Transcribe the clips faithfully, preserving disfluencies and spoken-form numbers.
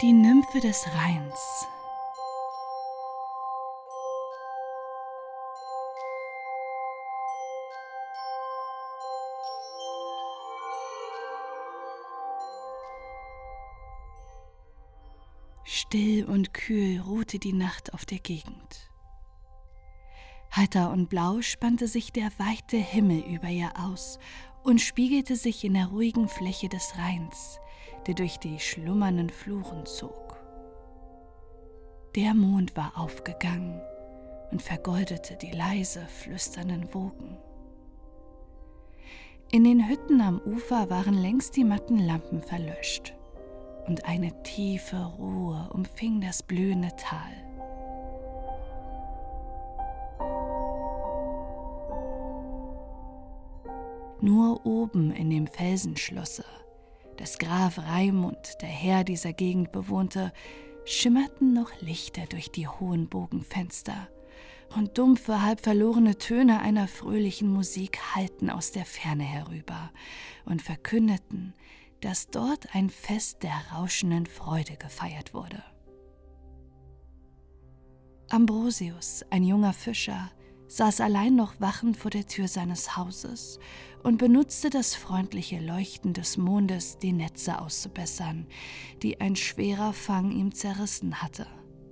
Die Nymphe des Rheins. Still und kühl ruhte die Nacht auf der Gegend. Heiter und blau spannte sich der weite Himmel über ihr aus und spiegelte sich in der ruhigen Fläche des Rheins, der durch die schlummernden Fluren zog. Der Mond war aufgegangen und vergoldete die leise flüsternden Wogen. In den Hütten am Ufer waren längst die matten Lampen verlöscht und eine tiefe Ruhe umfing das blühende Tal. Nur oben in dem Felsenschlosse, das Graf Raimund, der Herr dieser Gegend bewohnte, schimmerten noch Lichter durch die hohen Bogenfenster, und dumpfe, halb verlorene Töne einer fröhlichen Musik hallten aus der Ferne herüber und verkündeten, dass dort ein Fest der rauschenden Freude gefeiert wurde. Ambrosius, ein junger Fischer, saß allein noch wachend vor der Tür seines Hauses und benutzte das freundliche Leuchten des Mondes, die Netze auszubessern, die ein schwerer Fang ihm zerrissen hatte.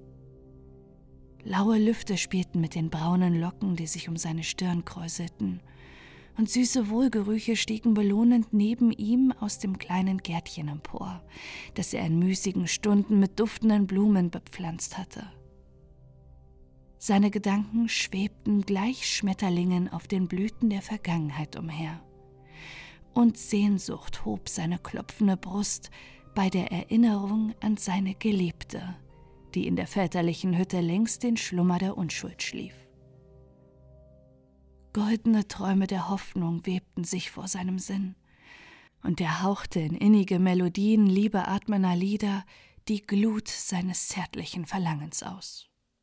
Laue Lüfte spielten mit den braunen Locken, die sich um seine Stirn kräuselten, und süße Wohlgerüche stiegen belohnend neben ihm aus dem kleinen Gärtchen empor, das er in müßigen Stunden mit duftenden Blumen bepflanzt hatte. Seine Gedanken schwebten gleich Schmetterlingen auf den Blüten der Vergangenheit umher, und Sehnsucht hob seine klopfende Brust bei der Erinnerung an seine Geliebte, die in der väterlichen Hütte längst den Schlummer der Unschuld schlief. Goldene Träume der Hoffnung webten sich vor seinem Sinn, und er hauchte in innige Melodien liebeatmender Lieder die Glut seines zärtlichen Verlangens aus.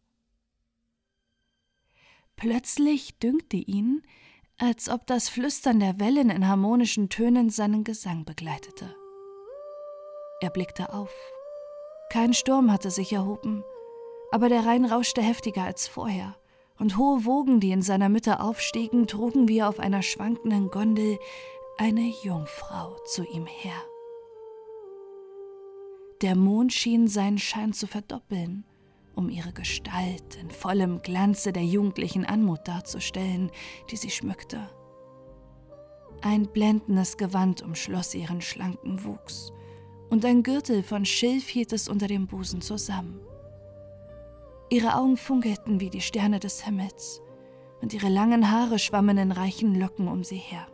Plötzlich dünkte ihn, als ob das Flüstern der Wellen in harmonischen Tönen seinen Gesang begleitete. Er blickte auf. Kein Sturm hatte sich erhoben, aber der Rhein rauschte heftiger als vorher, und hohe Wogen, die in seiner Mitte aufstiegen, trugen wie auf einer schwankenden Gondel eine Jungfrau zu ihm her. Der Mond schien seinen Schein zu verdoppeln, um ihre Gestalt in vollem Glanze der jugendlichen Anmut darzustellen, die sie schmückte. Ein blendendes Gewand umschloss ihren schlanken Wuchs, und ein Gürtel von Schilf hielt es unter dem Busen zusammen. Ihre Augen funkelten wie die Sterne des Himmels, und ihre langen Haare schwammen in reichen Locken um sie her.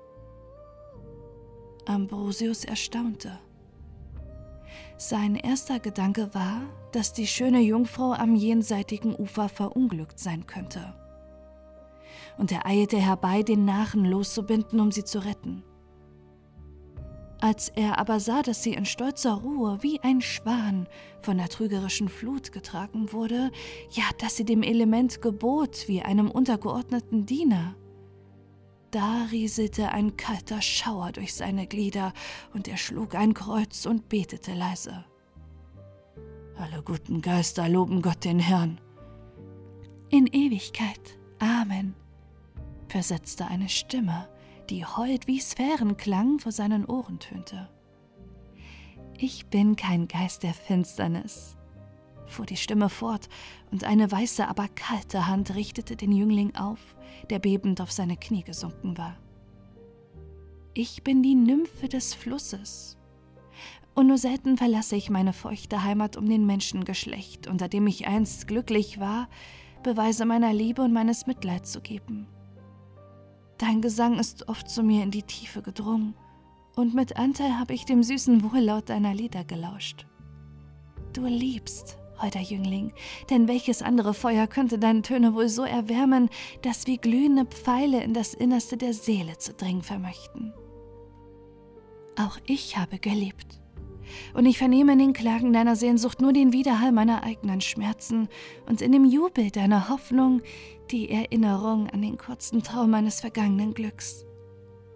Ambrosius erstaunte. Sein erster Gedanke war, dass die schöne Jungfrau am jenseitigen Ufer verunglückt sein könnte. Und er eilte herbei, den Nachen loszubinden, um sie zu retten. Als er aber sah, dass sie in stolzer Ruhe wie ein Schwan von der trügerischen Flut getragen wurde, ja, dass sie dem Element gebot wie einem untergeordneten Diener, da rieselte ein kalter Schauer durch seine Glieder, und er schlug ein Kreuz und betete leise. Alle guten Geister loben Gott den Herrn. In Ewigkeit, Amen, versetzte eine Stimme, die hold wie Sphärenklang vor seinen Ohren tönte. Ich bin kein Geist der Finsternis, fuhr die Stimme fort, und eine weiße, aber kalte Hand richtete den Jüngling auf, der bebend auf seine Knie gesunken war. Ich bin die Nymphe des Flusses, und nur selten verlasse ich meine feuchte Heimat, um den Menschengeschlecht, unter dem ich einst glücklich war, Beweise meiner Liebe und meines Mitleids zu geben. Dein Gesang ist oft zu mir in die Tiefe gedrungen, und mit Anteil habe ich dem süßen Wohllaut deiner Lieder gelauscht. Du liebst, holder Jüngling, denn welches andere Feuer könnte deine Töne wohl so erwärmen, dass wie glühende Pfeile in das Innerste der Seele zu dringen vermöchten? Auch ich habe geliebt, und ich vernehme in den Klagen deiner Sehnsucht nur den Widerhall meiner eigenen Schmerzen und in dem Jubel deiner Hoffnung die Erinnerung an den kurzen Traum meines vergangenen Glücks.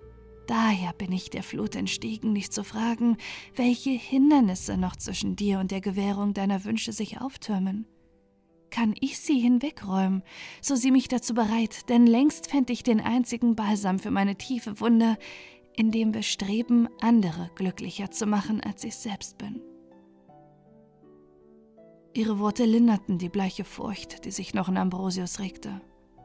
Daher bin ich der Flut entstiegen, dich zu fragen, welche Hindernisse noch zwischen dir und der Gewährung deiner Wünsche sich auftürmen. Kann ich sie hinwegräumen, so sieh mich dazu bereit, denn längst fänd ich den einzigen Balsam für meine tiefe Wunde, in dem wir streben, andere glücklicher zu machen, als ich selbst bin. Ihre Worte linderten die bleiche Furcht, die sich noch in Ambrosius regte.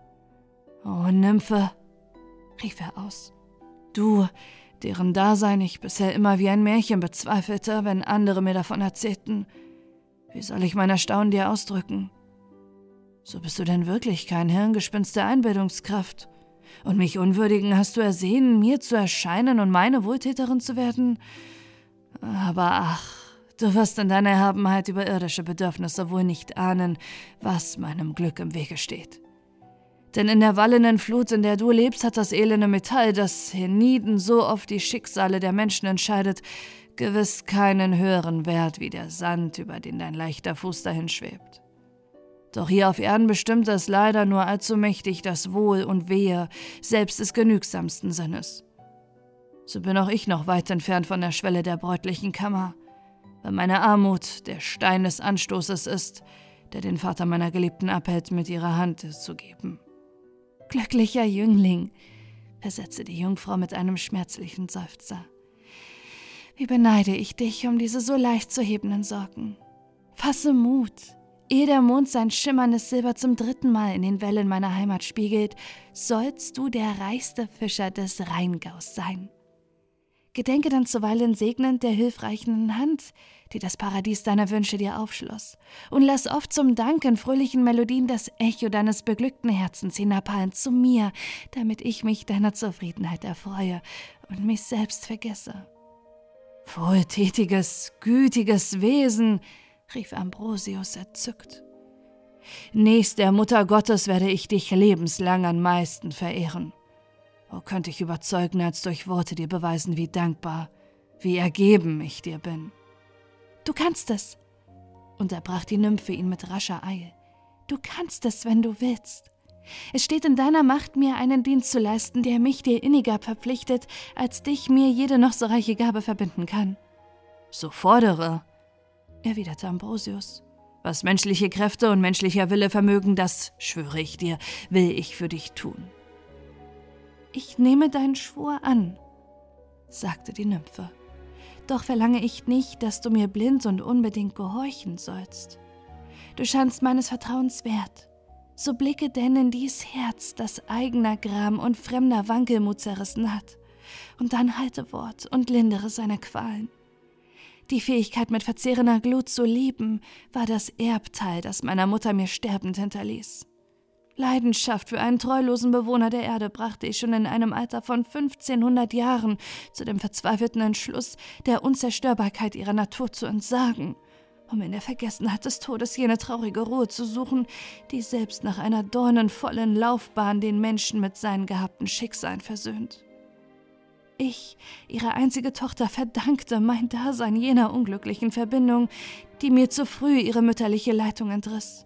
»O Nymphe«, rief er aus, »du, deren Dasein ich bisher immer wie ein Märchen bezweifelte, wenn andere mir davon erzählten, wie soll ich mein Erstaunen dir ausdrücken? So bist du denn wirklich kein Hirngespinst der Einbildungskraft, und mich unwürdigen hast du ersehen, mir zu erscheinen und meine Wohltäterin zu werden? Aber ach, du wirst in deiner Erhabenheit über irdische Bedürfnisse wohl nicht ahnen, was meinem Glück im Wege steht. Denn in der wallenden Flut, in der du lebst, hat das elende Metall, das hienieden so oft die Schicksale der Menschen entscheidet, gewiss keinen höheren Wert wie der Sand, über den dein leichter Fuß dahin schwebt. Doch hier auf Erden bestimmt es leider nur allzu mächtig das Wohl und Wehe, selbst des genügsamsten Sinnes. So bin auch ich noch weit entfernt von der Schwelle der bräutlichen Kammer, weil meine Armut der Stein des Anstoßes ist, der den Vater meiner Geliebten abhält, mit ihrer Hand es zu geben. »Glücklicher Jüngling«, versetzte die Jungfrau mit einem schmerzlichen Seufzer. »Wie beneide ich dich um diese so leicht zu hebenden Sorgen. Fasse Mut. Ehe der Mond sein schimmerndes Silber zum dritten Mal in den Wellen meiner Heimat spiegelt, sollst du der reichste Fischer des Rheingaus sein. Gedenke dann zuweilen segnend der hilfreichen Hand, die das Paradies deiner Wünsche dir aufschloss, und lass oft zum Dank in fröhlichen Melodien das Echo deines beglückten Herzens hinabhallen zu mir, damit ich mich deiner Zufriedenheit erfreue und mich selbst vergesse.« »Wohltätiges, gütiges Wesen«, rief Ambrosius entzückt. »Nächst der Mutter Gottes werde ich dich lebenslang am meisten verehren. Oh, könnte ich überzeugen, als durch Worte dir beweisen, wie dankbar, wie ergeben ich dir bin.« »Du kannst es«, unterbrach die Nymphe ihn mit rascher Eil. »Du kannst es, wenn du willst. Es steht in deiner Macht, mir einen Dienst zu leisten, der mich dir inniger verpflichtet, als dich mir jede noch so reiche Gabe verbinden kann.« »So fordere«, erwiderte Ambrosius. »Was menschliche Kräfte und menschlicher Wille vermögen, das, schwöre ich dir, will ich für dich tun.« »Ich nehme deinen Schwur an«, sagte die Nymphe. »Doch verlange ich nicht, dass du mir blind und unbedingt gehorchen sollst. Du scheinst meines Vertrauens wert. So blicke denn in dies Herz, das eigener Gram und fremder Wankelmut zerrissen hat, und dann halte Wort und lindere seine Qualen. Die Fähigkeit, mit verzehrender Glut zu lieben, war das Erbteil, das meiner Mutter mir sterbend hinterließ. Leidenschaft für einen treulosen Bewohner der Erde brachte ich schon in einem Alter von fünfzehnhundert Jahren zu dem verzweifelten Entschluss, der Unzerstörbarkeit ihrer Natur zu entsagen, um in der Vergessenheit des Todes jene traurige Ruhe zu suchen, die selbst nach einer dornenvollen Laufbahn den Menschen mit seinen gehabten Schicksalen versöhnt. Ich, ihre einzige Tochter, verdankte mein Dasein jener unglücklichen Verbindung, die mir zu früh ihre mütterliche Leitung entriss.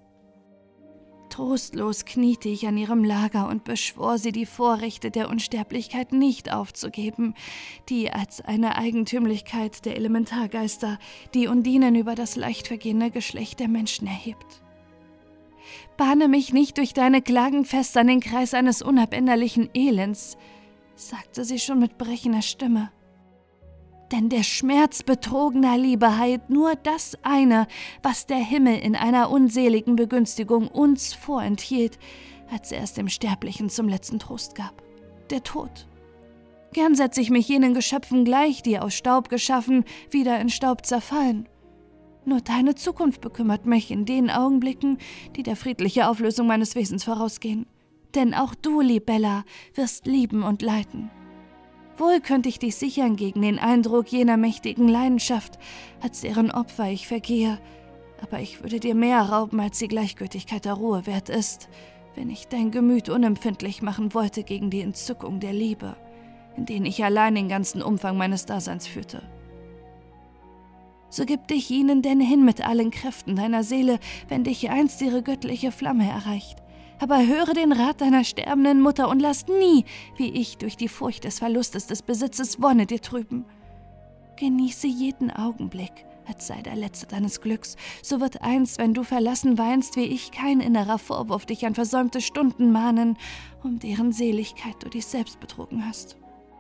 Trostlos kniete ich an ihrem Lager und beschwor sie, die Vorrechte der Unsterblichkeit nicht aufzugeben, die als eine Eigentümlichkeit der Elementargeister die Undinen über das leicht vergehende Geschlecht der Menschen erhebt. »Bahne mich nicht durch deine Klagen fest an den Kreis eines unabänderlichen Elends«, sagte sie schon mit brechender Stimme. »Denn der Schmerz betrogener Liebe heilt nur das eine, was der Himmel in einer unseligen Begünstigung uns vorenthielt, als er es dem Sterblichen zum letzten Trost gab: der Tod. Gern setze ich mich jenen Geschöpfen gleich, die aus Staub geschaffen, wieder in Staub zerfallen. Nur deine Zukunft bekümmert mich in den Augenblicken, die der friedlichen Auflösung meines Wesens vorausgehen. Denn auch du, Libella, wirst lieben und leiden. Wohl könnte ich dich sichern gegen den Eindruck jener mächtigen Leidenschaft, als deren Opfer ich vergehe, aber ich würde dir mehr rauben, als die Gleichgültigkeit der Ruhe wert ist, wenn ich dein Gemüt unempfindlich machen wollte gegen die Entzückung der Liebe, in denen ich allein den ganzen Umfang meines Daseins führte. So gib dich ihnen denn hin mit allen Kräften deiner Seele, wenn dich einst ihre göttliche Flamme erreicht, Aber höre den Rat deiner sterbenden Mutter und lass nie, wie ich, durch die Furcht des Verlustes des Besitzes Wonne dir trüben. Genieße jeden Augenblick, als sei der letzte deines Glücks. So wird einst, wenn du verlassen weinst, wie ich, kein innerer Vorwurf dich an versäumte Stunden mahnen, um deren Seligkeit du dich selbst betrogen hast.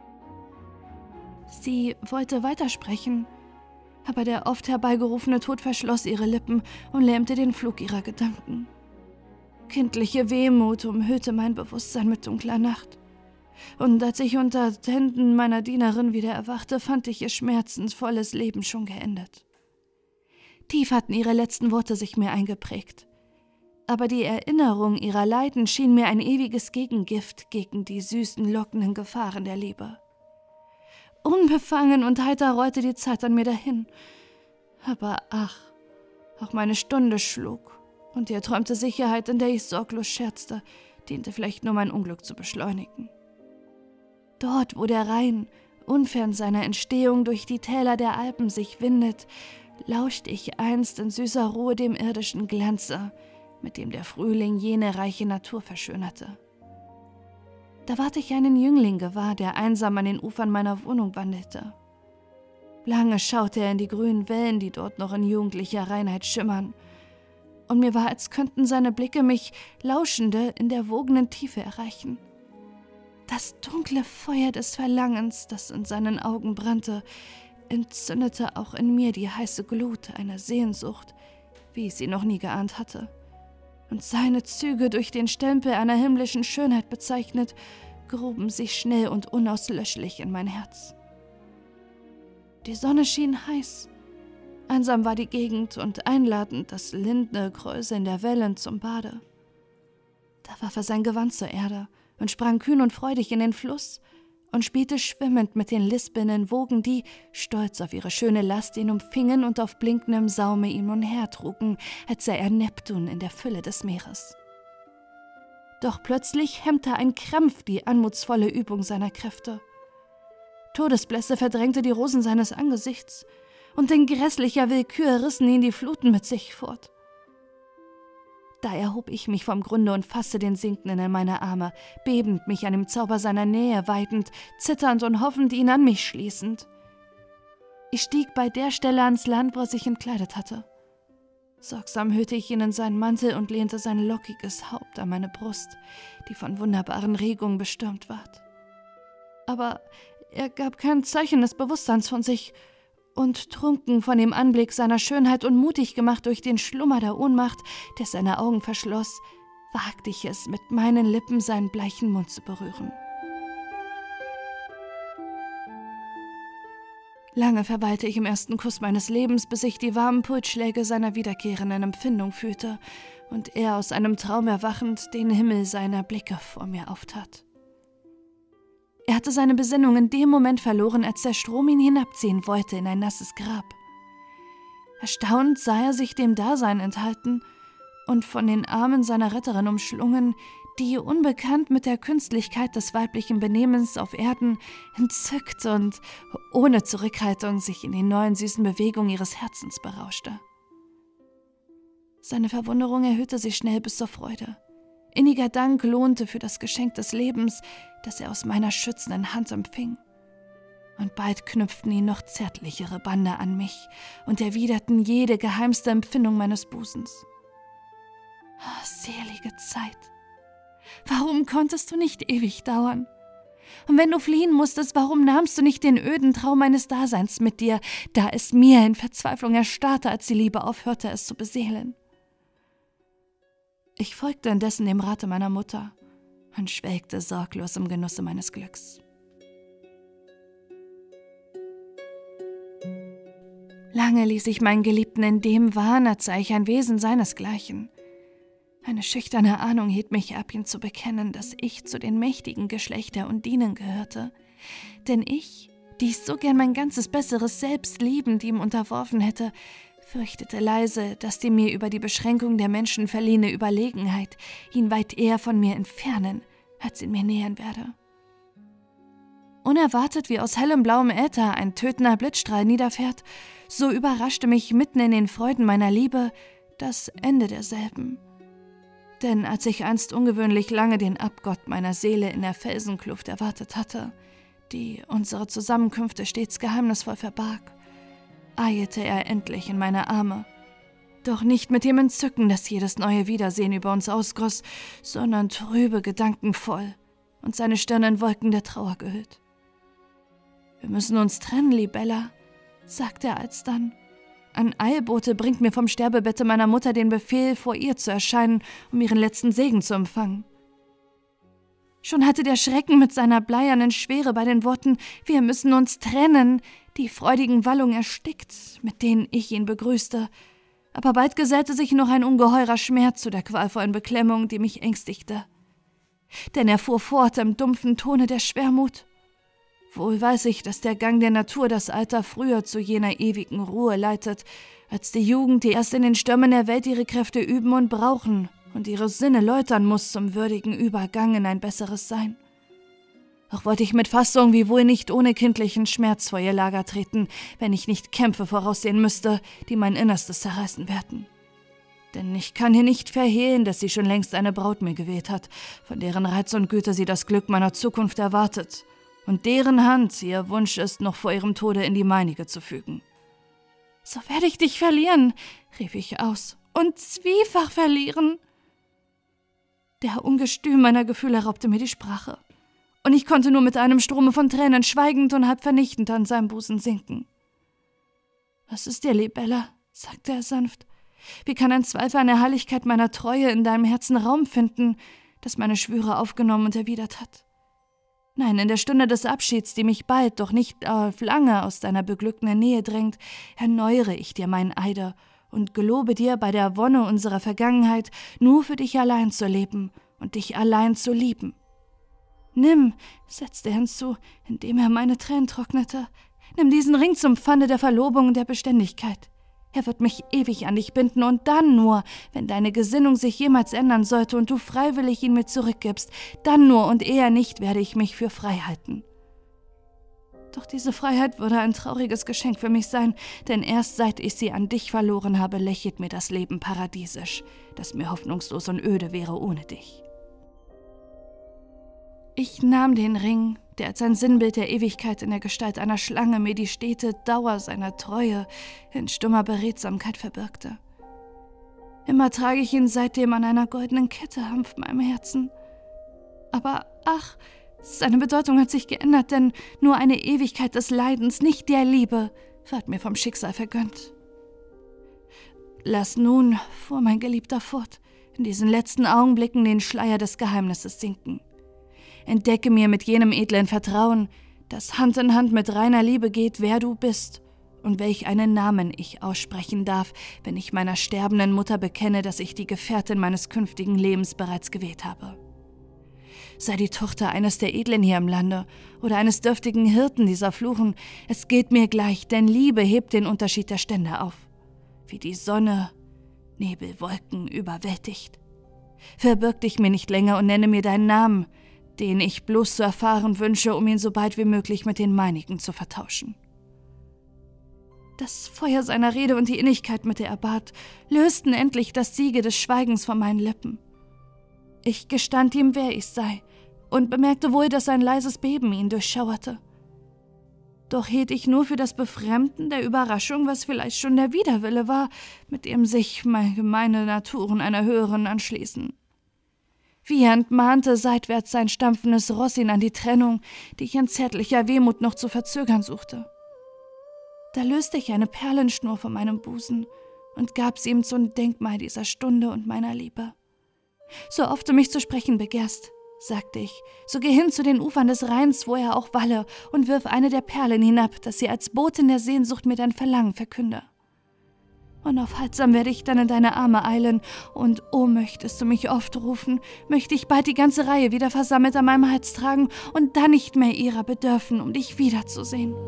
Sie wollte weitersprechen, aber der oft herbeigerufene Tod verschloss ihre Lippen und lähmte den Flug ihrer Gedanken. Kindliche Wehmut umhüllte mein Bewusstsein mit dunkler Nacht. Und als ich unter Händen meiner Dienerin wieder erwachte, fand ich ihr schmerzensvolles Leben schon geendet. Tief hatten ihre letzten Worte sich mir eingeprägt. Aber die Erinnerung ihrer Leiden schien mir ein ewiges Gegengift gegen die süßen, lockenden Gefahren der Liebe. Unbefangen und heiter rollte die Zeit an mir dahin. Aber ach, auch meine Stunde schlug. Und die erträumte Sicherheit, in der ich sorglos scherzte, diente vielleicht nur mein Unglück zu beschleunigen. Dort, wo der Rhein, unfern seiner Entstehung, durch die Täler der Alpen sich windet, lauschte ich einst in süßer Ruhe dem irdischen Glanze, mit dem der Frühling jene reiche Natur verschönerte. Da ward ich einen Jüngling gewahr, der einsam an den Ufern meiner Wohnung wandelte. Lange schaute er in die grünen Wellen, die dort noch in jugendlicher Reinheit schimmern, und mir war, als könnten seine Blicke mich, Lauschende, in der wogenden Tiefe erreichen. Das dunkle Feuer des Verlangens, das in seinen Augen brannte, entzündete auch in mir die heiße Glut einer Sehnsucht, wie ich sie noch nie geahnt hatte. Und seine Züge, durch den Stempel einer himmlischen Schönheit bezeichnet, gruben sich schnell und unauslöschlich in mein Herz. Die Sonne schien heiß. Einsam war die Gegend und einladend das lindende Kräuseln der Wellen zum Bade. Da warf er sein Gewand zur Erde und sprang kühn und freudig in den Fluss und spielte schwimmend mit den lispelnden Wogen, die, stolz auf ihre schöne Last, ihn umfingen und auf blinkendem Saume ihn umhertrugen, als sei er Neptun in der Fülle des Meeres. Doch plötzlich hemmte ein Krampf die anmutsvolle Übung seiner Kräfte. Todesblässe verdrängte die Rosen seines Angesichts, und in grässlicher Willkür rissen ihn die Fluten mit sich fort. Da erhob ich mich vom Grunde und fasste den Sinkenden in meine Arme, bebend mich an dem Zauber seiner Nähe weitend, zitternd und hoffend, ihn an mich schließend. Ich stieg bei der Stelle ans Land, wo er sich entkleidet hatte. Sorgsam hüllte ich ihn in seinen Mantel und lehnte sein lockiges Haupt an meine Brust, die von wunderbaren Regungen bestürmt ward. Aber er gab kein Zeichen des Bewusstseins von sich, und trunken von dem Anblick seiner Schönheit und mutig gemacht durch den Schlummer der Ohnmacht, der seine Augen verschloss, wagte ich es, mit meinen Lippen seinen bleichen Mund zu berühren. Lange verweilte ich im ersten Kuss meines Lebens, bis ich die warmen Pulsschläge seiner wiederkehrenden Empfindung fühlte und er aus einem Traum erwachend den Himmel seiner Blicke vor mir auftat. Er hatte seine Besinnung in dem Moment verloren, als der Strom ihn hinabziehen wollte in ein nasses Grab. Erstaunt sah er sich dem Dasein enthalten und von den Armen seiner Retterin umschlungen, die unbekannt mit der Künstlichkeit des weiblichen Benehmens auf Erden entzückt und ohne Zurückhaltung sich in den neuen süßen Bewegungen ihres Herzens berauschte. Seine Verwunderung erhöhte sich schnell bis zur Freude. Inniger Dank lohnte für das Geschenk des Lebens, das er aus meiner schützenden Hand empfing. Und bald knüpften ihn noch zärtlichere Bande an mich und erwiderten jede geheimste Empfindung meines Busens. Oh, selige Zeit! Warum konntest du nicht ewig dauern? Und wenn du fliehen musstest, warum nahmst du nicht den öden Traum meines Daseins mit dir, da es mir in Verzweiflung erstarrte, als die Liebe aufhörte, es zu beseelen? Ich folgte indessen dem Rate meiner Mutter und schwelgte sorglos im Genusse meines Glücks. Lange ließ ich meinen Geliebten in dem Wahn, als sei ich ein Wesen seinesgleichen. Eine schüchterne Ahnung hielt mich ab, ihm zu bekennen, dass ich zu den mächtigen Geschlecht der Undinen gehörte. Denn ich, die ich so gern mein ganzes besseres Selbst liebend ihm unterworfen hätte, fürchtete leise, dass die mir über die Beschränkung der Menschen verliehene Überlegenheit ihn weit eher von mir entfernen, als ihn mir nähern werde. Unerwartet, wie aus hellem blauem Äther ein tötender Blitzstrahl niederfährt, so überraschte mich mitten in den Freuden meiner Liebe das Ende derselben. Denn als ich einst ungewöhnlich lange den Abgott meiner Seele in der Felsenkluft erwartet hatte, die unsere Zusammenkünfte stets geheimnisvoll verbarg, eilte er endlich in meine Arme. Doch nicht mit dem Entzücken, das jedes neue Wiedersehen über uns ausgoss, sondern trübe gedankenvoll und seine Stirn in Wolken der Trauer gehüllt. »Wir müssen uns trennen, Libella«, sagte er alsdann. »Ein Eilbote bringt mir vom Sterbebette meiner Mutter den Befehl, vor ihr zu erscheinen, um ihren letzten Segen zu empfangen.« Schon hatte der Schrecken mit seiner bleiernen Schwere bei den Worten »Wir müssen uns trennen« die freudigen Wallungen erstickt, mit denen ich ihn begrüßte, aber bald gesellte sich noch ein ungeheurer Schmerz zu der qualvollen Beklemmung, die mich ängstigte. Denn er fuhr fort im dumpfen Tone der Schwermut. Wohl weiß ich, dass der Gang der Natur das Alter früher zu jener ewigen Ruhe leitet, als die Jugend, die erst in den Stürmen der Welt ihre Kräfte üben und brauchen und ihre Sinne läutern muss zum würdigen Übergang in ein besseres Sein. Auch wollte ich mit Fassung wie wohl nicht ohne kindlichen Schmerz vor ihr Lager treten, wenn ich nicht Kämpfe voraussehen müsste, die mein Innerstes zerreißen werden. Denn ich kann ihr nicht verhehlen, dass sie schon längst eine Braut mir gewählt hat, von deren Reiz und Güte sie das Glück meiner Zukunft erwartet, und deren Hand ihr Wunsch ist, noch vor ihrem Tode in die meinige zu fügen. »So werde ich dich verlieren«, rief ich aus, »und zwiefach verlieren.« Der Ungestüm meiner Gefühle raubte mir die Sprache, und ich konnte nur mit einem Strome von Tränen schweigend und halb vernichtend an seinem Busen sinken. »Was ist dir, Libella?«, sagte er sanft. »Wie kann ein Zweifel an der Heiligkeit meiner Treue in deinem Herzen Raum finden, das meine Schwüre aufgenommen und erwidert hat? Nein, in der Stunde des Abschieds, die mich bald, doch nicht auf lange aus deiner beglückten Nähe drängt, erneuere ich dir meinen Eide und gelobe dir, bei der Wonne unserer Vergangenheit nur für dich allein zu leben und dich allein zu lieben. Nimm«, setzte er hinzu, indem er meine Tränen trocknete, »nimm diesen Ring zum Pfande der Verlobung und der Beständigkeit. Er wird mich ewig an dich binden und dann nur, wenn deine Gesinnung sich jemals ändern sollte und du freiwillig ihn mir zurückgibst, dann nur und eher nicht werde ich mich für frei halten. Doch diese Freiheit würde ein trauriges Geschenk für mich sein, denn erst seit ich sie an dich verloren habe, lächelt mir das Leben paradiesisch, das mir hoffnungslos und öde wäre ohne dich.« Ich nahm den Ring, der als ein Sinnbild der Ewigkeit in der Gestalt einer Schlange mir die stete Dauer seiner Treue in stummer Beredsamkeit verbirgte. Immer trage ich ihn seitdem an einer goldenen Kette am meinem Herzen. Aber ach, seine Bedeutung hat sich geändert, denn nur eine Ewigkeit des Leidens, nicht der Liebe, ward mir vom Schicksal vergönnt. Lass nun, fuhr mein Geliebter fort, in diesen letzten Augenblicken den Schleier des Geheimnisses sinken. Entdecke mir mit jenem edlen Vertrauen, das Hand in Hand mit reiner Liebe geht, wer du bist und welch einen Namen ich aussprechen darf, wenn ich meiner sterbenden Mutter bekenne, dass ich die Gefährtin meines künftigen Lebens bereits gewählt habe. Sei die Tochter eines der Edlen hier im Lande oder eines dürftigen Hirten dieser Fluren, es geht mir gleich, denn Liebe hebt den Unterschied der Stände auf, wie die Sonne Nebelwolken überwältigt. Verbirg dich mir nicht länger und nenne mir deinen Namen, den ich bloß zu erfahren wünsche, um ihn so bald wie möglich mit den meinigen zu vertauschen.« Das Feuer seiner Rede und die Innigkeit, mit der er bat, lösten endlich das Siege des Schweigens von meinen Lippen. Ich gestand ihm, wer ich sei, und bemerkte wohl, dass ein leises Beben ihn durchschauerte. Doch hielt ich nur für das Befremden der Überraschung, was vielleicht schon der Widerwille war, mit dem sich meine gemeine Naturen einer höheren anschließen. Wie entmahnte seitwärts sein stampfendes Ross ihn an die Trennung, die ich in zärtlicher Wehmut noch zu verzögern suchte. Da löste ich eine Perlenschnur von meinem Busen und gab sie ihm zum Denkmal dieser Stunde und meiner Liebe. »So oft du mich zu sprechen begehrst«, sagte ich, »so geh hin zu den Ufern des Rheins, wo er auch walle, und wirf eine der Perlen hinab, dass sie als Botin der Sehnsucht mir dein Verlangen verkünde. Unaufhaltsam werde ich dann in deine Arme eilen, und oh, möchtest du mich oft rufen, möchte ich bald die ganze Reihe wieder versammelt an meinem Hals tragen und dann nicht mehr ihrer bedürfen, um dich wiederzusehen.«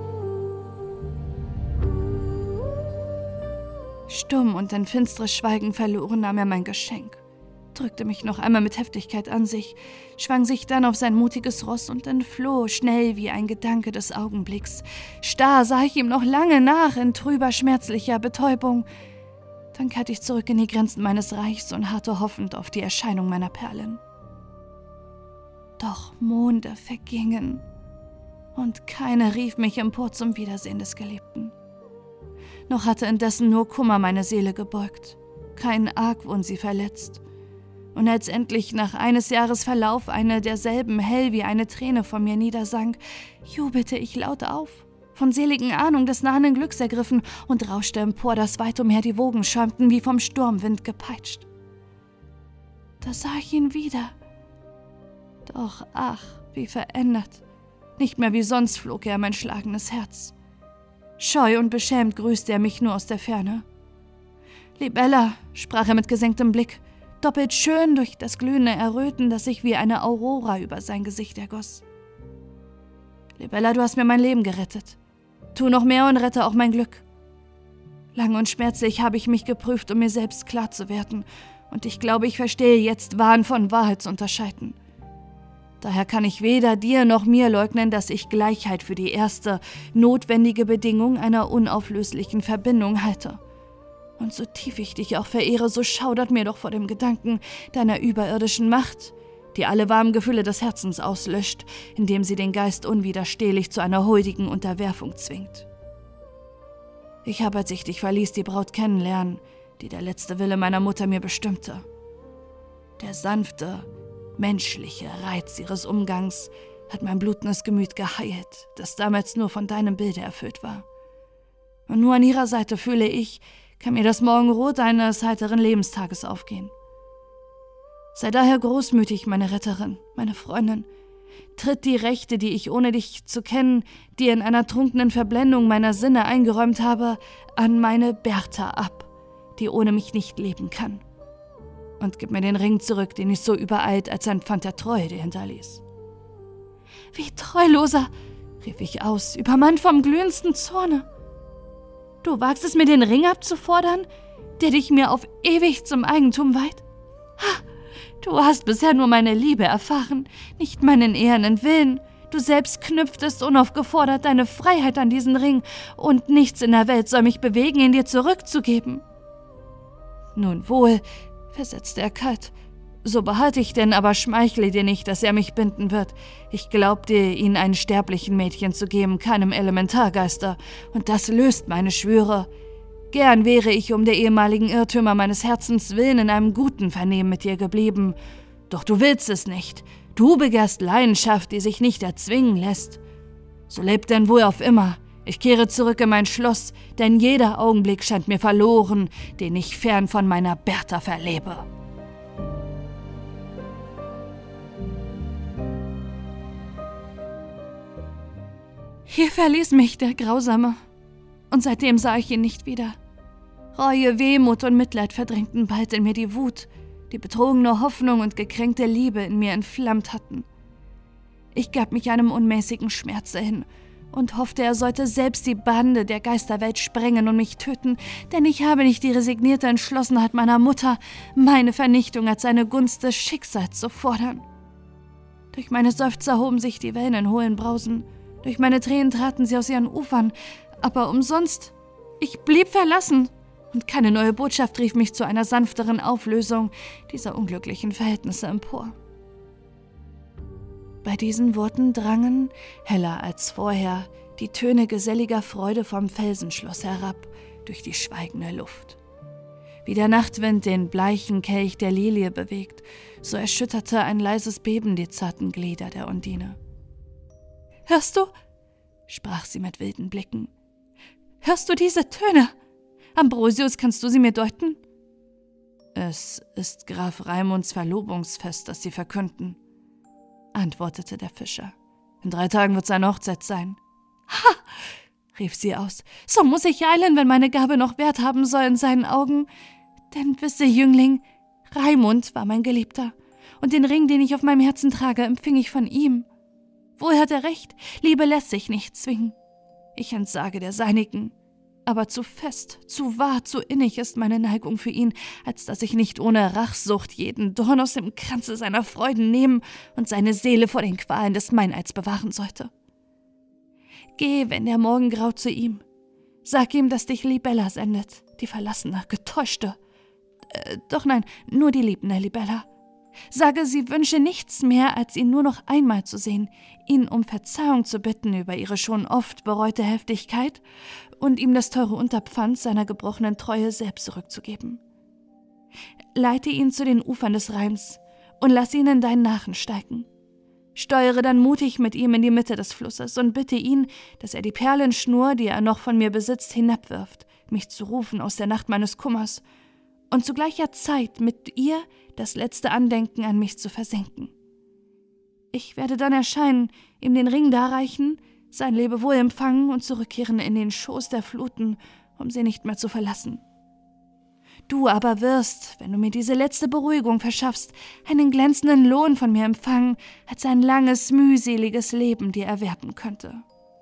Stumm und in finstere Schweigen verloren nahm er mein Geschenk, drückte mich noch einmal mit Heftigkeit an sich, schwang sich dann auf sein mutiges Ross und entfloh, schnell wie ein Gedanke des Augenblicks. Starr sah ich ihm noch lange nach in trüber, schmerzlicher Betäubung. Dann kehrte ich zurück in die Grenzen meines Reichs und harrte hoffend auf die Erscheinung meiner Perlen. Doch Monde vergingen, und keiner rief mich empor zum Wiedersehen des Geliebten. Noch hatte indessen nur Kummer meine Seele gebeugt, kein Argwohn sie verletzt. Und als endlich nach eines Jahres Verlauf eine derselben hell wie eine Träne von mir niedersank, jubelte ich laut auf, von seligen Ahnung des nahenden Glücks ergriffen, und rauschte empor, dass weit umher die Wogen schäumten, wie vom Sturmwind gepeitscht. Da sah ich ihn wieder. Doch ach, wie verändert. Nicht mehr wie sonst flog er mein schlagendes Herz. Scheu und beschämt grüßte er mich nur aus der Ferne. »Libella«, sprach er mit gesenktem Blick, doppelt schön durch das glühende Erröten, das sich wie eine Aurora über sein Gesicht ergoss. »Libella, du hast mir mein Leben gerettet. Tu noch mehr und rette auch mein Glück. Lang und schmerzlich habe ich mich geprüft, um mir selbst klar zu werden, und ich glaube, ich verstehe jetzt, Wahn von Wahrheit zu unterscheiden. Daher kann ich weder dir noch mir leugnen, dass ich Gleichheit für die erste, notwendige Bedingung einer unauflöslichen Verbindung halte. Und so tief ich dich auch verehre, so schaudert mir doch vor dem Gedanken deiner überirdischen Macht, die alle warmen Gefühle des Herzens auslöscht, indem sie den Geist unwiderstehlich zu einer huldigen Unterwerfung zwingt. Ich habe, als ich dich verließ, die Braut kennenlernen, die der letzte Wille meiner Mutter mir bestimmte. Der sanfte, menschliche Reiz ihres Umgangs hat mein blutendes Gemüt geheilt, das damals nur von deinem Bilde erfüllt war. Und nur an ihrer Seite fühle ich, kann mir das Morgenrot eines heiteren Lebenstages aufgehen. Sei daher großmütig, meine Retterin, meine Freundin. Tritt die Rechte, die ich, ohne dich zu kennen, dir in einer trunkenen Verblendung meiner Sinne eingeräumt habe, an meine Bertha ab, die ohne mich nicht leben kann. Und gib mir den Ring zurück, den ich so übereilt als ein Pfand der Treue dir hinterließ.« »Wie treuloser«, rief ich aus, übermannt vom glühendsten Zorne. »Du wagst es, mir den Ring abzufordern, der dich mir auf ewig zum Eigentum weiht? Ha, du hast bisher nur meine Liebe erfahren, nicht meinen ehernen Willen. Du selbst knüpftest unaufgefordert deine Freiheit an diesen Ring, und nichts in der Welt soll mich bewegen, ihn dir zurückzugeben.« »Nun wohl«, versetzte er kalt, »so behalte ich denn, aber schmeichle dir nicht, dass er mich binden wird. Ich glaubte, ihn einem sterblichen Mädchen zu geben, keinem Elementargeister, und das löst meine Schwüre. Gern wäre ich um der ehemaligen Irrtümer meines Herzens willen in einem guten Vernehmen mit dir geblieben. Doch du willst es nicht. Du begehrst Leidenschaft, die sich nicht erzwingen lässt. So leb denn wohl auf immer. Ich kehre zurück in mein Schloss, denn jeder Augenblick scheint mir verloren, den ich fern von meiner Bertha verlebe.« Hier verließ mich der Grausame, und seitdem sah ich ihn nicht wieder. Reue, Wehmut und Mitleid verdrängten bald in mir die Wut, die betrogene Hoffnung und gekränkte Liebe in mir entflammt hatten. Ich gab mich einem unmäßigen Schmerze hin und hoffte, er sollte selbst die Bande der Geisterwelt sprengen und mich töten, denn ich habe nicht die resignierte Entschlossenheit meiner Mutter, meine Vernichtung als eine Gunst des Schicksals zu fordern. Durch meine Seufzer hoben sich die Wellen in hohlen Brausen, durch meine Tränen traten sie aus ihren Ufern, aber umsonst, ich blieb verlassen, und keine neue Botschaft rief mich zu einer sanfteren Auflösung dieser unglücklichen Verhältnisse empor. Bei diesen Worten drangen, heller als vorher, die Töne geselliger Freude vom Felsenschloss herab durch die schweigende Luft. Wie der Nachtwind den bleichen Kelch der Lilie bewegt, so erschütterte ein leises Beben die zarten Glieder der Undine. »Hörst du?« sprach sie mit wilden Blicken. »Hörst du diese Töne? Ambrosius, kannst du sie mir deuten?« »Es ist Graf Raimunds Verlobungsfest, das sie verkünden«, antwortete der Fischer. »In drei Tagen wird seine Hochzeit sein.« »Ha!« rief sie aus. »So muss ich eilen, wenn meine Gabe noch Wert haben soll in seinen Augen. Denn wisse, Jüngling, Raimund war mein Geliebter, und den Ring, den ich auf meinem Herzen trage, empfing ich von ihm. Wohl hat er recht, Liebe lässt sich nicht zwingen. Ich entsage der seinigen. Aber zu fest, zu wahr, zu innig ist meine Neigung für ihn, als dass ich nicht ohne Rachsucht jeden Dorn aus dem Kranze seiner Freuden nehmen und seine Seele vor den Qualen des Meineids bewahren sollte. Geh, wenn der Morgen graut, zu ihm. Sag ihm, dass dich Libella sendet, die verlassene, getäuschte. Äh, doch nein, nur die liebende Libella. Sage, sie wünsche nichts mehr, als ihn nur noch einmal zu sehen, ihn um Verzeihung zu bitten über ihre schon oft bereute Heftigkeit und ihm das teure Unterpfand seiner gebrochenen Treue selbst zurückzugeben. Leite ihn zu den Ufern des Rheins und lass ihn in deinen Nachen steigen. Steuere dann mutig mit ihm in die Mitte des Flusses und bitte ihn, dass er die Perlenschnur, die er noch von mir besitzt, hinabwirft, mich zu rufen aus der Nacht meines Kummers und zu gleicher Zeit mit ihr das letzte Andenken an mich zu versenken. Ich werde dann erscheinen, ihm den Ring darreichen, sein Lebewohl empfangen und zurückkehren in den Schoß der Fluten, um sie nicht mehr zu verlassen. Du aber wirst, wenn du mir diese letzte Beruhigung verschaffst, einen glänzenden Lohn von mir empfangen, als ein langes, mühseliges Leben dir erwerben könnte.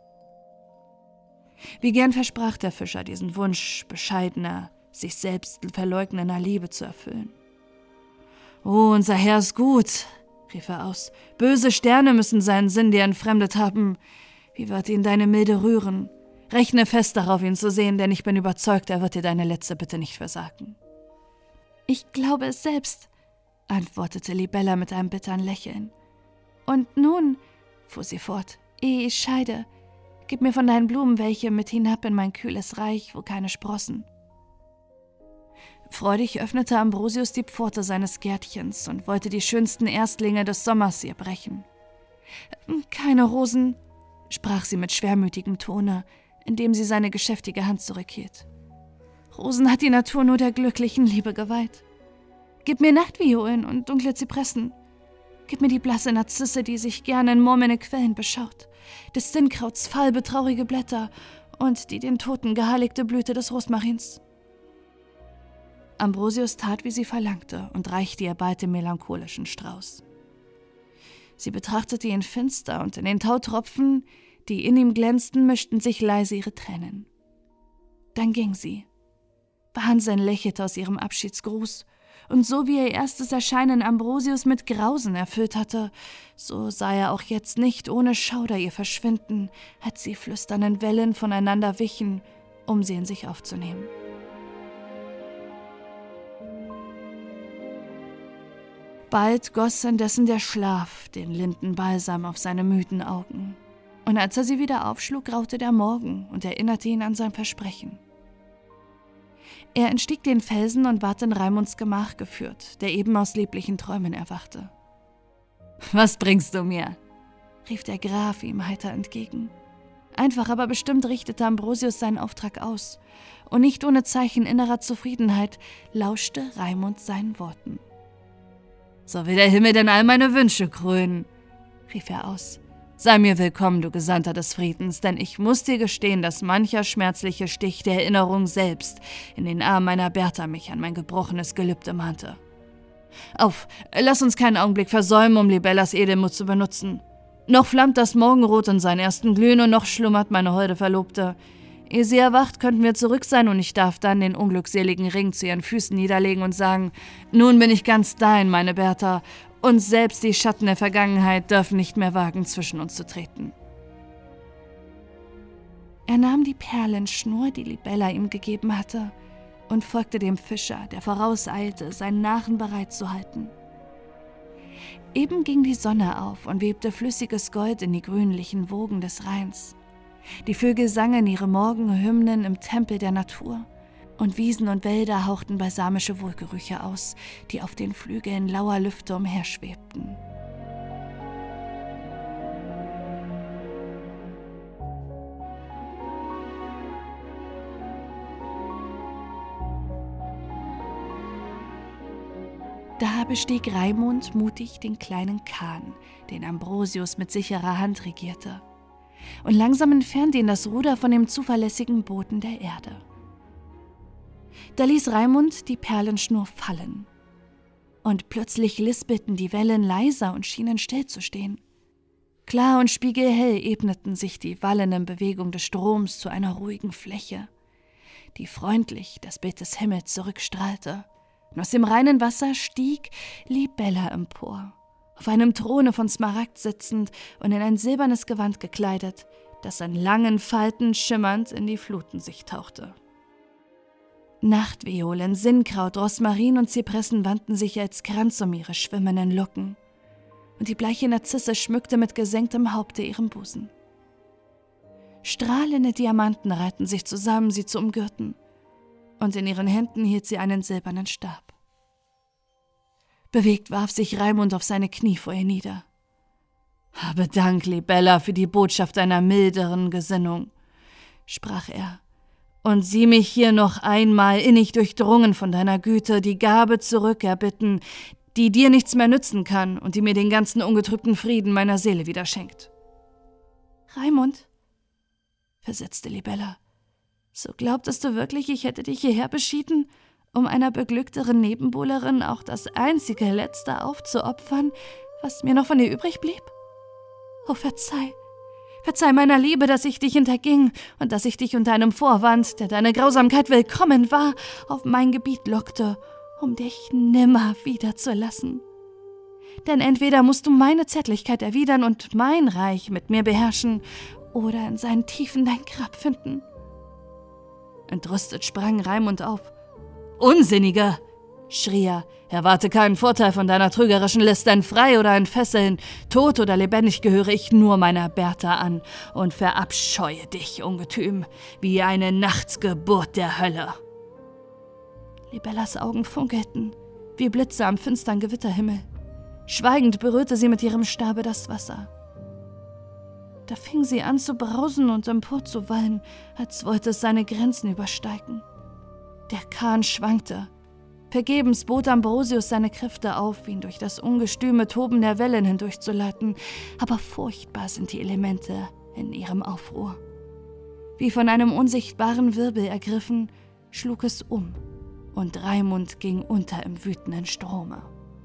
Wie gern versprach der Fischer, diesen Wunsch bescheidener, sich selbst verleugnener Liebe zu erfüllen. »Oh, unser Herr ist gut«, rief er aus. »Böse Sterne müssen seinen Sinn dir entfremdet haben. Wie wird ihn deine Milde rühren? Rechne fest darauf, ihn zu sehen, denn ich bin überzeugt, er wird dir deine letzte Bitte nicht versagen.« »Ich glaube es selbst«, antwortete Libella mit einem bitteren Lächeln. »Und nun«, fuhr sie fort, »ehe ich scheide, gib mir von deinen Blumen welche mit hinab in mein kühles Reich, wo keine sprossen.« Freudig öffnete Ambrosius die Pforte seines Gärtchens und wollte die schönsten Erstlinge des Sommers ihr brechen. »Keine Rosen«, sprach sie mit schwermütigem Tone, indem sie seine geschäftige Hand zurückhielt. »Rosen hat die Natur nur der glücklichen Liebe geweiht. Gib mir Nachtviolen und dunkle Zypressen. Gib mir die blasse Narzisse, die sich gerne in murmelnde Quellen beschaut, des Sinnkrauts falbe, traurige Blätter und die den Toten geheiligte Blüte des Rosmarins.« Ambrosius tat, wie sie verlangte, und reichte ihr bald den melancholischen Strauß. Sie betrachtete ihn finster, und in den Tautropfen, die in ihm glänzten, mischten sich leise ihre Tränen. Dann ging sie. Wahnsinn lächelte aus ihrem Abschiedsgruß, und so wie ihr erstes Erscheinen Ambrosius mit Grausen erfüllt hatte, so sah er auch jetzt nicht ohne Schauder ihr verschwinden, als sie flüsternden Wellen voneinander wichen, um sie in sich aufzunehmen. Bald goss indessen der Schlaf den Lindenbalsam auf seine müden Augen, und als er sie wieder aufschlug, graute der Morgen und erinnerte ihn an sein Versprechen. Er entstieg den Felsen und ward in Raimunds Gemach geführt, der eben aus lieblichen Träumen erwachte. »Was bringst du mir?« rief der Graf ihm heiter entgegen. Einfach, aber bestimmt richtete Ambrosius seinen Auftrag aus, und nicht ohne Zeichen innerer Zufriedenheit lauschte Raimund seinen Worten. »So will der Himmel denn all meine Wünsche krönen«, rief er aus. »Sei mir willkommen, du Gesandter des Friedens, denn ich muss dir gestehen, dass mancher schmerzliche Stich der Erinnerung selbst in den Armen meiner Bertha mich an mein gebrochenes Gelübde mahnte. Auf, lass uns keinen Augenblick versäumen, um Libellas Edelmut zu benutzen. Noch flammt das Morgenrot in seinen ersten Glühen und noch schlummert meine holde Verlobte. Ehe sie erwacht, könnten wir zurück sein und ich darf dann den unglückseligen Ring zu ihren Füßen niederlegen und sagen, nun bin ich ganz dein, meine Bertha, und selbst die Schatten der Vergangenheit dürfen nicht mehr wagen, zwischen uns zu treten.« Er nahm die Perlenschnur, die Libella ihm gegeben hatte, und folgte dem Fischer, der vorauseilte, seinen Nachen bereit zu halten. Eben ging die Sonne auf und webte flüssiges Gold in die grünlichen Wogen des Rheins. Die Vögel sangen ihre Morgenhymnen im Tempel der Natur, und Wiesen und Wälder hauchten balsamische Wohlgerüche aus, die auf den Flügeln lauer Lüfte umherschwebten. Da bestieg Raimund mutig den kleinen Kahn, den Ambrosius mit sicherer Hand regierte, und langsam entfernte ihn das Ruder von dem zuverlässigen Boden der Erde. Da ließ Raimund die Perlenschnur fallen, und plötzlich lispelten die Wellen leiser und schienen stillzustehen. Klar und spiegelhell ebneten sich die wallenden Bewegungen des Stroms zu einer ruhigen Fläche, die freundlich das Bild des Himmels zurückstrahlte, und aus dem reinen Wasser stieg Libella empor, auf einem Throne von Smaragd sitzend und in ein silbernes Gewand gekleidet, das an langen Falten schimmernd in die Fluten sich tauchte. Nachtviolen, Sinnkraut, Rosmarin und Zypressen wandten sich als Kranz um ihre schwimmenden Locken, und die bleiche Narzisse schmückte mit gesenktem Haupte ihren Busen. Strahlende Diamanten reihten sich zusammen, sie zu umgürten, und in ihren Händen hielt sie einen silbernen Stab. Bewegt warf sich Raimund auf seine Knie vor ihr nieder. »Habe Dank, Libella, für die Botschaft deiner milderen Gesinnung«, sprach er, »und sieh mich hier noch einmal innig durchdrungen von deiner Güte die Gabe zurückerbitten, die dir nichts mehr nützen kann und die mir den ganzen ungetrübten Frieden meiner Seele wieder schenkt.« »Raimund«, versetzte Libella, »so glaubtest du wirklich, ich hätte dich hierher beschieden, um einer beglückteren Nebenbuhlerin auch das einzige Letzte aufzuopfern, was mir noch von dir übrig blieb? Oh, verzeih, verzeih meiner Liebe, dass ich dich hinterging und dass ich dich unter einem Vorwand, der deine Grausamkeit willkommen war, auf mein Gebiet lockte, um dich nimmer wiederzulassen. Denn entweder musst du meine Zärtlichkeit erwidern und mein Reich mit mir beherrschen, oder in seinen Tiefen dein Grab finden.« Entrüstet sprang Raimund auf. »Unsinniger«, schrie er, »erwarte keinen Vorteil von deiner trügerischen List, denn frei oder in Fesseln, tot oder lebendig gehöre ich nur meiner Bertha an und verabscheue dich, Ungetüm, wie eine Nachtgeburt der Hölle.« Libellas Augen funkelten, wie Blitze am finstern Gewitterhimmel. Schweigend berührte sie mit ihrem Stabe das Wasser. Da fing sie an zu brausen und emporzuwallen, als wollte es seine Grenzen übersteigen. Der Kahn schwankte. Vergebens bot Ambrosius seine Kräfte auf, ihn durch das ungestüme Toben der Wellen hindurchzuleiten, aber furchtbar sind die Elemente in ihrem Aufruhr. Wie von einem unsichtbaren Wirbel ergriffen, schlug es um, und Raimund ging unter im wütenden Strome.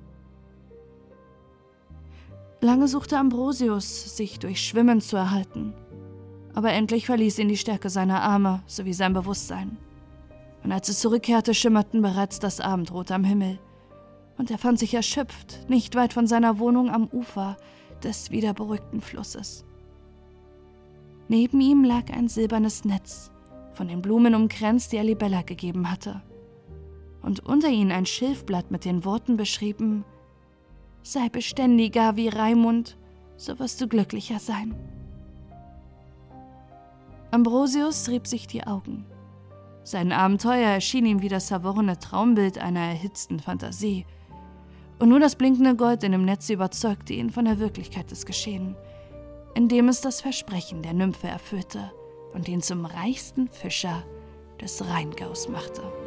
Lange suchte Ambrosius, sich durch Schwimmen zu erhalten, aber endlich verließ ihn die Stärke seiner Arme sowie sein Bewusstsein. Und als es zurückkehrte, schimmerten bereits das Abendrot am Himmel, und er fand sich erschöpft, nicht weit von seiner Wohnung am Ufer des wieder beruhigten Flusses. Neben ihm lag ein silbernes Netz, von den Blumen umkränzt, die er Libella gegeben hatte, und unter ihnen ein Schilfblatt mit den Worten beschrieben: »Sei beständiger wie Raimund, so wirst du glücklicher sein.« Ambrosius rieb sich die Augen. Sein Abenteuer erschien ihm wie das verworrene Traumbild einer erhitzten Fantasie. Und nur das blinkende Gold in dem Netz überzeugte ihn von der Wirklichkeit des Geschehens, indem es das Versprechen der Nymphe erfüllte und ihn zum reichsten Fischer des Rheingaus machte.